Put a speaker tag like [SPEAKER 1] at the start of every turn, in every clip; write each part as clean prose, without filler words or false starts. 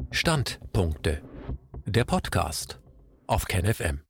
[SPEAKER 1] Standpunkte. Der Podcast auf KenFM.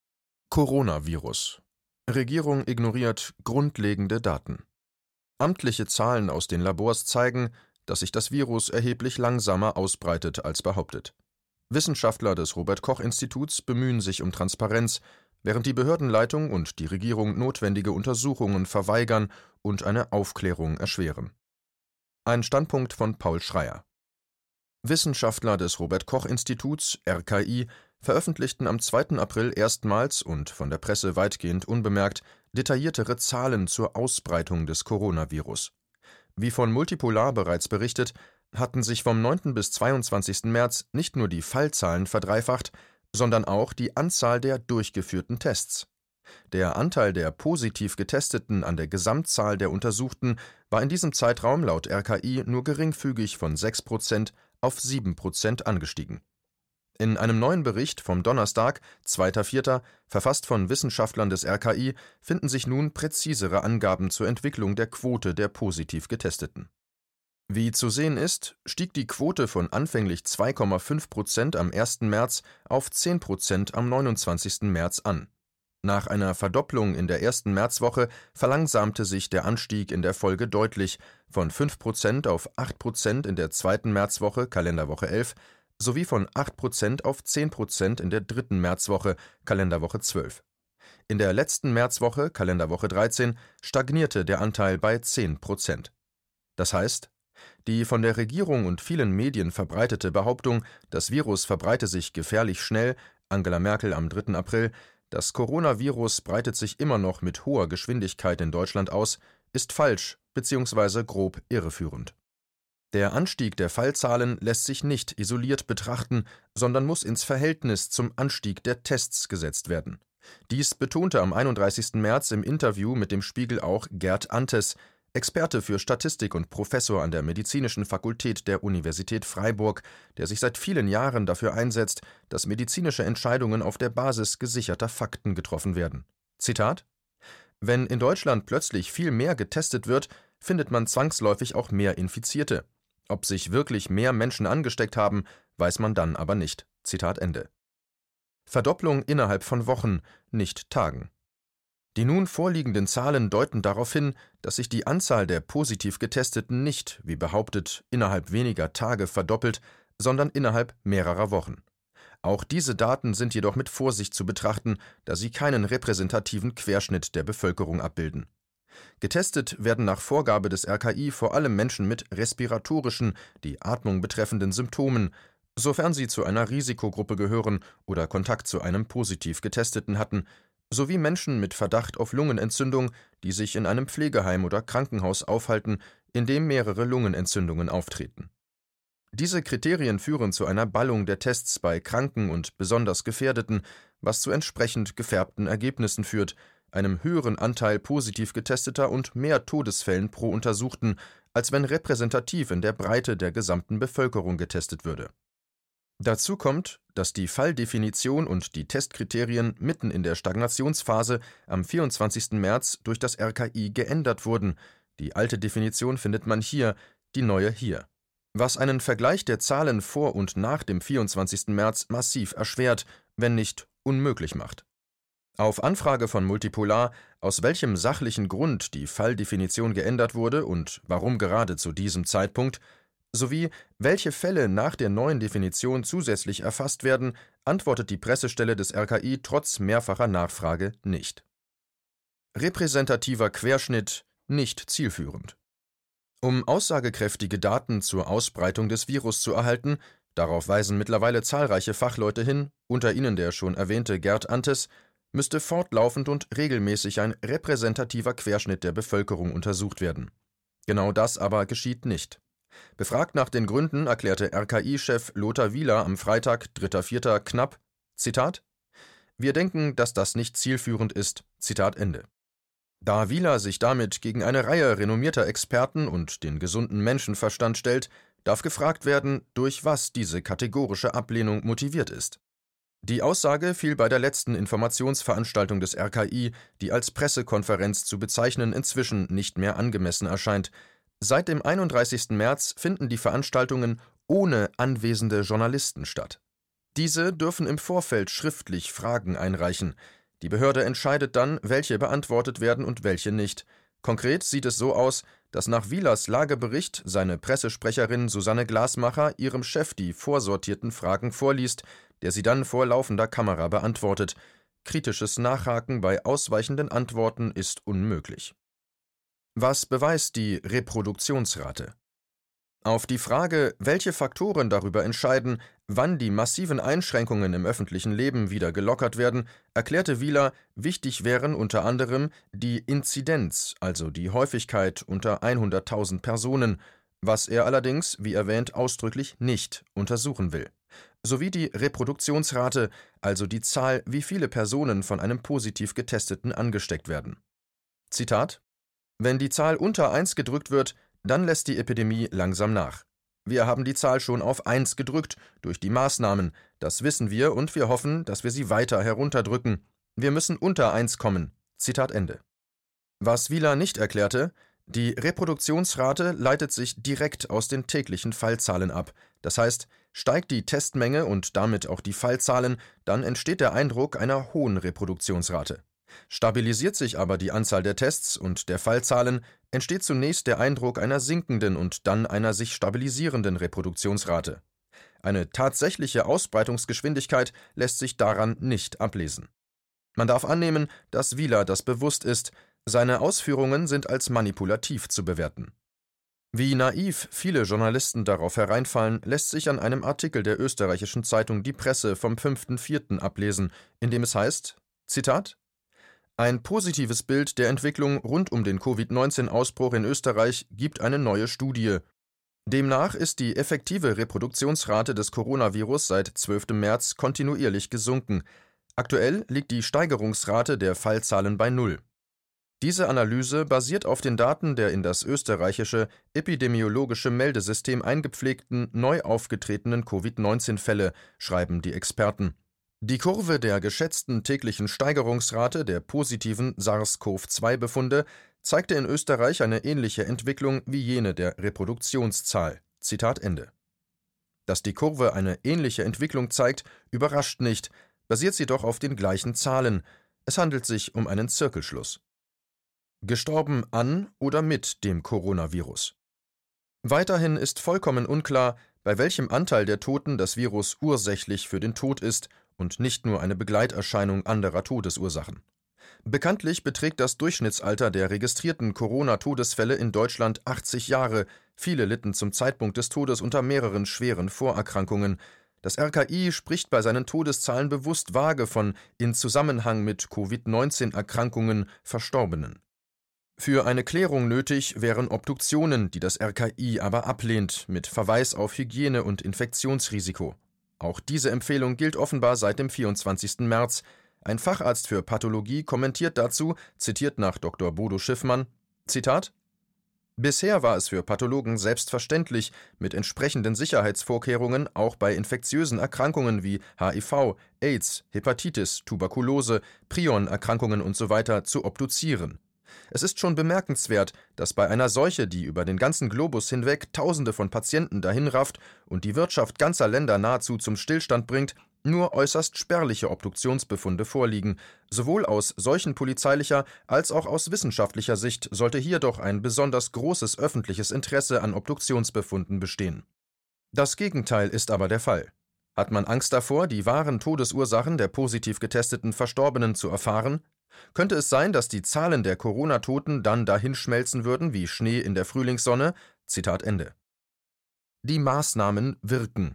[SPEAKER 2] Coronavirus. Regierung ignoriert grundlegende Daten. Amtliche Zahlen aus den Labors zeigen, dass sich das Virus erheblich langsamer ausbreitet als behauptet. Wissenschaftler des Robert-Koch-Instituts bemühen sich um Transparenz, während die Behördenleitung und die Regierung notwendige Untersuchungen verweigern und eine Aufklärung erschweren. Ein Standpunkt von Paul Schreyer. Wissenschaftler des Robert-Koch-Instituts (RKI) veröffentlichten am 2. April erstmals und von der Presse weitgehend unbemerkt detailliertere Zahlen zur Ausbreitung des Coronavirus. Wie von Multipolar bereits berichtet, hatten sich vom 9. bis 22. März nicht nur die Fallzahlen verdreifacht, sondern auch die Anzahl der durchgeführten Tests. Der Anteil der positiv Getesteten an der Gesamtzahl der Untersuchten war in diesem Zeitraum laut RKI nur geringfügig von 6% auf 7% angestiegen. In einem neuen Bericht vom Donnerstag, 2.4., verfasst von Wissenschaftlern des RKI, finden sich nun präzisere Angaben zur Entwicklung der Quote der positiv Getesteten. Wie zu sehen ist, stieg die Quote von anfänglich 2,5% am 1. März auf 10% am 29. März an. Nach einer Verdopplung in der ersten Märzwoche verlangsamte sich der Anstieg in der Folge deutlich, von 5% auf 8% in der zweiten Märzwoche, Kalenderwoche 11, sowie von 8% auf 10% in der dritten Märzwoche, Kalenderwoche 12. In der letzten Märzwoche, Kalenderwoche 13, stagnierte der Anteil bei 10%. Das heißt, die von der Regierung und vielen Medien verbreitete Behauptung, das Virus verbreite sich gefährlich schnell, Angela Merkel am 3. April, das Coronavirus breitet sich immer noch mit hoher Geschwindigkeit in Deutschland aus, ist falsch bzw. grob irreführend. Der Anstieg der Fallzahlen lässt sich nicht isoliert betrachten, sondern muss ins Verhältnis zum Anstieg der Tests gesetzt werden. Dies betonte am 31. März im Interview mit dem Spiegel auch Gerd Antes, Experte für Statistik und Professor an der Medizinischen Fakultät der Universität Freiburg, der sich seit vielen Jahren dafür einsetzt, dass medizinische Entscheidungen auf der Basis gesicherter Fakten getroffen werden. Zitat: Wenn in Deutschland plötzlich viel mehr getestet wird, findet man zwangsläufig auch mehr Infizierte. Ob sich wirklich mehr Menschen angesteckt haben, weiß man dann aber nicht. Zitat Ende. Verdopplung innerhalb von Wochen, nicht Tagen. Die nun vorliegenden Zahlen deuten darauf hin, dass sich die Anzahl der positiv Getesteten nicht, wie behauptet, innerhalb weniger Tage verdoppelt, sondern innerhalb mehrerer Wochen. Auch diese Daten sind jedoch mit Vorsicht zu betrachten, da sie keinen repräsentativen Querschnitt der Bevölkerung abbilden. Getestet werden nach Vorgabe des RKI vor allem Menschen mit respiratorischen, die Atmung betreffenden Symptomen, sofern sie zu einer Risikogruppe gehören oder Kontakt zu einem positiv Getesteten hatten, sowie Menschen mit Verdacht auf Lungenentzündung, die sich in einem Pflegeheim oder Krankenhaus aufhalten, in dem mehrere Lungenentzündungen auftreten. Diese Kriterien führen zu einer Ballung der Tests bei Kranken und besonders Gefährdeten, was zu entsprechend gefärbten Ergebnissen führt, einem höheren Anteil positiv Getesteter und mehr Todesfällen pro Untersuchten, als wenn repräsentativ in der Breite der gesamten Bevölkerung getestet würde. Dazu kommt, dass die Falldefinition und die Testkriterien mitten in der Stagnationsphase am 24. März durch das RKI geändert wurden. Die alte Definition findet man hier, die neue hier. Was einen Vergleich der Zahlen vor und nach dem 24. März massiv erschwert, wenn nicht unmöglich macht. Auf Anfrage von Multipolar, aus welchem sachlichen Grund die Falldefinition geändert wurde und warum gerade zu diesem Zeitpunkt, sowie welche Fälle nach der neuen Definition zusätzlich erfasst werden, antwortet die Pressestelle des RKI trotz mehrfacher Nachfrage nicht. Repräsentativer Querschnitt nicht zielführend. Um aussagekräftige Daten zur Ausbreitung des Virus zu erhalten, darauf weisen mittlerweile zahlreiche Fachleute hin, unter ihnen der schon erwähnte Gerd Antes, müsste fortlaufend und regelmäßig ein repräsentativer Querschnitt der Bevölkerung untersucht werden. Genau das aber geschieht nicht. Befragt nach den Gründen erklärte RKI-Chef Lothar Wieler am Freitag, 3.4. knapp, Zitat: Wir denken, dass das nicht zielführend ist, Zitat Ende. Da Wieler sich damit gegen eine Reihe renommierter Experten und den gesunden Menschenverstand stellt, darf gefragt werden, durch was diese kategorische Ablehnung motiviert ist. Die Aussage fiel bei der letzten Informationsveranstaltung des RKI, die als Pressekonferenz zu bezeichnen inzwischen nicht mehr angemessen erscheint. Seit dem 31. März finden die Veranstaltungen ohne anwesende Journalisten statt. Diese dürfen im Vorfeld schriftlich Fragen einreichen. Die Behörde entscheidet dann, welche beantwortet werden und welche nicht. Konkret sieht es so aus, dass nach Wielers Lagebericht seine Pressesprecherin Susanne Glasmacher ihrem Chef die vorsortierten Fragen vorliest, der sie dann vor laufender Kamera beantwortet. Kritisches Nachhaken bei ausweichenden Antworten ist unmöglich. Was beweist die Reproduktionsrate? Auf die Frage, welche Faktoren darüber entscheiden, wann die massiven Einschränkungen im öffentlichen Leben wieder gelockert werden, erklärte Wieler, wichtig wären unter anderem die Inzidenz, also die Häufigkeit unter 100.000 Personen, was er allerdings, wie erwähnt, ausdrücklich nicht untersuchen will, sowie die Reproduktionsrate, also die Zahl, wie viele Personen von einem positiv Getesteten angesteckt werden. Zitat: Wenn die Zahl unter 1 gedrückt wird, dann lässt die Epidemie langsam nach. Wir haben die Zahl schon auf 1 gedrückt durch die Maßnahmen. Das wissen wir und wir hoffen, dass wir sie weiter herunterdrücken. Wir müssen unter 1 kommen. Zitat Ende. Was Wieler nicht erklärte: Die Reproduktionsrate leitet sich direkt aus den täglichen Fallzahlen ab. Das heißt, steigt die Testmenge und damit auch die Fallzahlen, dann entsteht der Eindruck einer hohen Reproduktionsrate. Stabilisiert sich aber die Anzahl der Tests und der Fallzahlen, entsteht zunächst der Eindruck einer sinkenden und dann einer sich stabilisierenden Reproduktionsrate. Eine tatsächliche Ausbreitungsgeschwindigkeit lässt sich daran nicht ablesen. Man darf annehmen, dass Wieler das bewusst ist, seine Ausführungen sind als manipulativ zu bewerten. Wie naiv viele Journalisten darauf hereinfallen, lässt sich an einem Artikel der österreichischen Zeitung Die Presse vom 5.4. ablesen, in dem es heißt, Zitat: Ein positives Bild der Entwicklung rund um den Covid-19-Ausbruch in Österreich gibt eine neue Studie. Demnach ist die effektive Reproduktionsrate des Coronavirus seit 12. März kontinuierlich gesunken. Aktuell liegt die Steigerungsrate der Fallzahlen bei 0. Diese Analyse basiert auf den Daten der in das österreichische epidemiologische Meldesystem eingepflegten, neu aufgetretenen Covid-19-Fälle, schreiben die Experten. Die Kurve der geschätzten täglichen Steigerungsrate der positiven SARS-CoV-2-Befunde zeigte in Österreich eine ähnliche Entwicklung wie jene der Reproduktionszahl. Zitat Ende. Dass die Kurve eine ähnliche Entwicklung zeigt, überrascht nicht, basiert sie doch auf den gleichen Zahlen. Es handelt sich um einen Zirkelschluss. Gestorben an oder mit dem Coronavirus. Weiterhin ist vollkommen unklar, bei welchem Anteil der Toten das Virus ursächlich für den Tod ist und nicht nur eine Begleiterscheinung anderer Todesursachen. Bekanntlich beträgt das Durchschnittsalter der registrierten Corona-Todesfälle in Deutschland 80 Jahre. Viele litten zum Zeitpunkt des Todes unter mehreren schweren Vorerkrankungen. Das RKI spricht bei seinen Todeszahlen bewusst vage von in Zusammenhang mit Covid-19-Erkrankungen Verstorbenen. Für eine Klärung nötig wären Obduktionen, die das RKI aber ablehnt, mit Verweis auf Hygiene- und Infektionsrisiko. Auch diese Empfehlung gilt offenbar seit dem 24. März. Ein Facharzt für Pathologie kommentiert dazu, zitiert nach Dr. Bodo Schiffmann, Zitat: Bisher war es für Pathologen selbstverständlich, mit entsprechenden Sicherheitsvorkehrungen auch bei infektiösen Erkrankungen wie HIV, AIDS, Hepatitis, Tuberkulose, Prion-Erkrankungen usw. zu obduzieren. Es ist schon bemerkenswert, dass bei einer Seuche, die über den ganzen Globus hinweg Tausende von Patienten dahinrafft und die Wirtschaft ganzer Länder nahezu zum Stillstand bringt, nur äußerst spärliche Obduktionsbefunde vorliegen. Sowohl aus seuchenpolizeilicher als auch aus wissenschaftlicher Sicht sollte hier doch ein besonders großes öffentliches Interesse an Obduktionsbefunden bestehen. Das Gegenteil ist aber der Fall. Hat man Angst davor, die wahren Todesursachen der positiv getesteten Verstorbenen zu erfahren? Könnte es sein, dass die Zahlen der Corona-Toten dann dahinschmelzen würden wie Schnee in der Frühlingssonne? Zitat Ende. Die Maßnahmen wirken.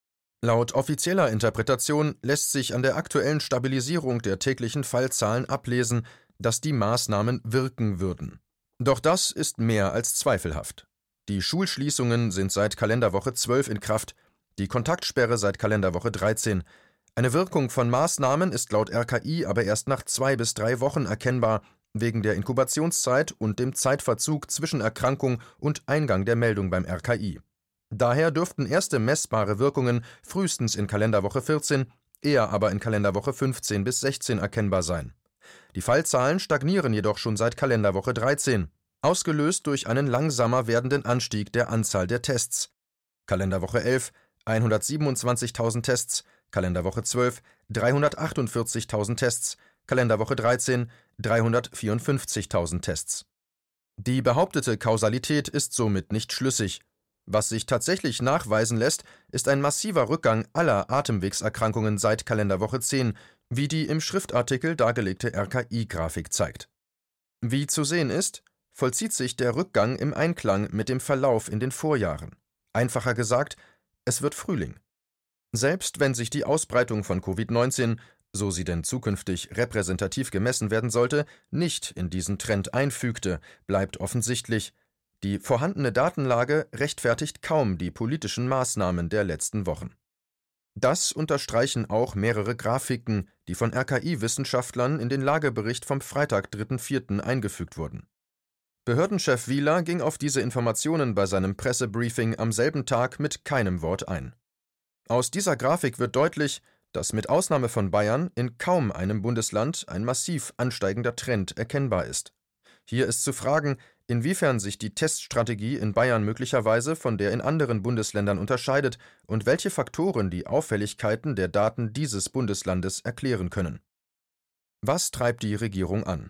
[SPEAKER 2] Laut offizieller Interpretation lässt sich an der aktuellen Stabilisierung der täglichen Fallzahlen ablesen, dass die Maßnahmen wirken würden. Doch das ist mehr als zweifelhaft. Die Schulschließungen sind seit Kalenderwoche 12 in Kraft, die Kontaktsperre seit Kalenderwoche 13. Eine Wirkung von Maßnahmen ist laut RKI aber erst nach 2 bis 3 Wochen erkennbar, wegen der Inkubationszeit und dem Zeitverzug zwischen Erkrankung und Eingang der Meldung beim RKI. Daher dürften erste messbare Wirkungen frühestens in Kalenderwoche 14, eher aber in Kalenderwoche 15 bis 16 erkennbar sein. Die Fallzahlen stagnieren jedoch schon seit Kalenderwoche 13, ausgelöst durch einen langsamer werdenden Anstieg der Anzahl der Tests. Kalenderwoche 11 127.000 Tests, Kalenderwoche 12 348.000 Tests, Kalenderwoche 13 354.000 Tests. Die behauptete Kausalität ist somit nicht schlüssig. Was sich tatsächlich nachweisen lässt, ist ein massiver Rückgang aller Atemwegserkrankungen seit Kalenderwoche 10, wie die im Schriftartikel dargelegte RKI-Grafik zeigt. Wie zu sehen ist, vollzieht sich der Rückgang im Einklang mit dem Verlauf in den Vorjahren. Einfacher gesagt, es wird Frühling. Selbst wenn sich die Ausbreitung von Covid-19, so sie denn zukünftig repräsentativ gemessen werden sollte, nicht in diesen Trend einfügte, bleibt offensichtlich: Die vorhandene Datenlage rechtfertigt kaum die politischen Maßnahmen der letzten Wochen. Das unterstreichen auch mehrere Grafiken, die von RKI-Wissenschaftlern in den Lagebericht vom Freitag, 3.4. eingefügt wurden. Behördenchef Wieler ging auf diese Informationen bei seinem Pressebriefing am selben Tag mit keinem Wort ein. Aus dieser Grafik wird deutlich, dass mit Ausnahme von Bayern in kaum einem Bundesland ein massiv ansteigender Trend erkennbar ist. Hier ist zu fragen, inwiefern sich die Teststrategie in Bayern möglicherweise von der in anderen Bundesländern unterscheidet und welche Faktoren die Auffälligkeiten der Daten dieses Bundeslandes erklären können. Was treibt die Regierung an?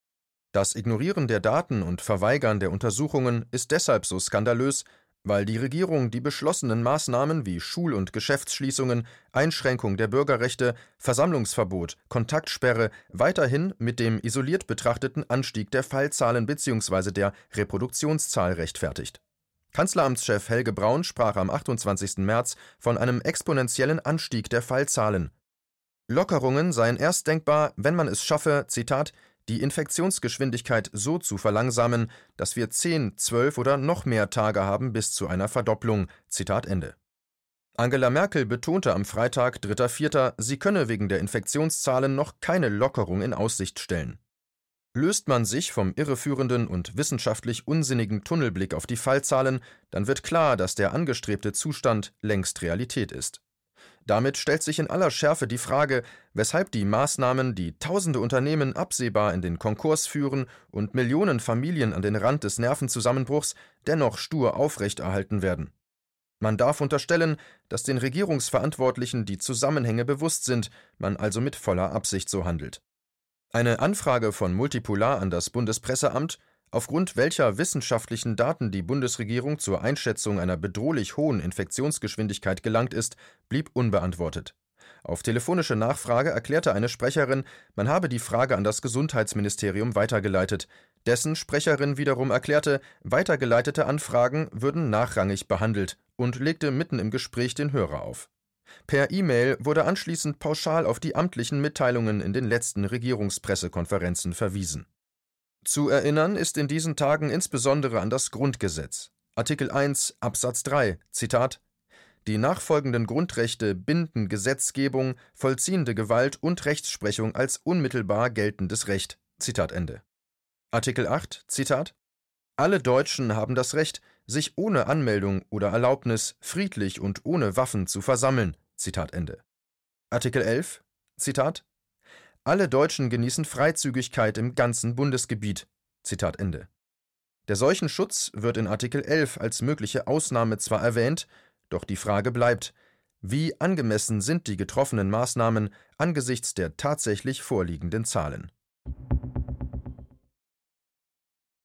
[SPEAKER 2] Das Ignorieren der Daten und Verweigern der Untersuchungen ist deshalb so skandalös, weil die Regierung die beschlossenen Maßnahmen wie Schul- und Geschäftsschließungen, Einschränkung der Bürgerrechte, Versammlungsverbot, Kontaktsperre weiterhin mit dem isoliert betrachteten Anstieg der Fallzahlen bzw. der Reproduktionszahl rechtfertigt. Kanzleramtschef Helge Braun sprach am 28. März von einem exponentiellen Anstieg der Fallzahlen. Lockerungen seien erst denkbar, wenn man es schaffe, Zitat, die Infektionsgeschwindigkeit so zu verlangsamen, dass wir 10, 12 oder noch mehr Tage haben bis zu einer Verdopplung. Zitat Ende. Angela Merkel betonte am Freitag, 3.4., sie könne wegen der Infektionszahlen noch keine Lockerung in Aussicht stellen. Löst man sich vom irreführenden und wissenschaftlich unsinnigen Tunnelblick auf die Fallzahlen, dann wird klar, dass der angestrebte Zustand längst Realität ist. Damit stellt sich in aller Schärfe die Frage, weshalb die Maßnahmen, die tausende Unternehmen absehbar in den Konkurs führen und Millionen Familien an den Rand des Nervenzusammenbruchs, dennoch stur aufrechterhalten werden. Man darf unterstellen, dass den Regierungsverantwortlichen die Zusammenhänge bewusst sind, man also mit voller Absicht so handelt. Eine Anfrage von Multipolar an das Bundespresseamt, aufgrund welcher wissenschaftlichen Daten die Bundesregierung zur Einschätzung einer bedrohlich hohen Infektionsgeschwindigkeit gelangt ist, blieb unbeantwortet. Auf telefonische Nachfrage erklärte eine Sprecherin, man habe die Frage an das Gesundheitsministerium weitergeleitet. Dessen Sprecherin wiederum erklärte, weitergeleitete Anfragen würden nachrangig behandelt und legte mitten im Gespräch den Hörer auf. Per E-Mail wurde anschließend pauschal auf die amtlichen Mitteilungen in den letzten Regierungspressekonferenzen verwiesen. Zu erinnern ist in diesen Tagen insbesondere an das Grundgesetz. Artikel 1 Absatz 3, Zitat: Die nachfolgenden Grundrechte binden Gesetzgebung, vollziehende Gewalt und Rechtsprechung als unmittelbar geltendes Recht. Zitat Ende. Artikel 8, Zitat: Alle Deutschen haben das Recht, sich ohne Anmeldung oder Erlaubnis friedlich und ohne Waffen zu versammeln. Zitat Ende. Artikel 11, Zitat: Alle Deutschen genießen Freizügigkeit im ganzen Bundesgebiet. Zitat Ende. Der Seuchenschutz wird in Artikel 11 als mögliche Ausnahme zwar erwähnt, doch die Frage bleibt, wie angemessen sind die getroffenen Maßnahmen angesichts der tatsächlich vorliegenden Zahlen?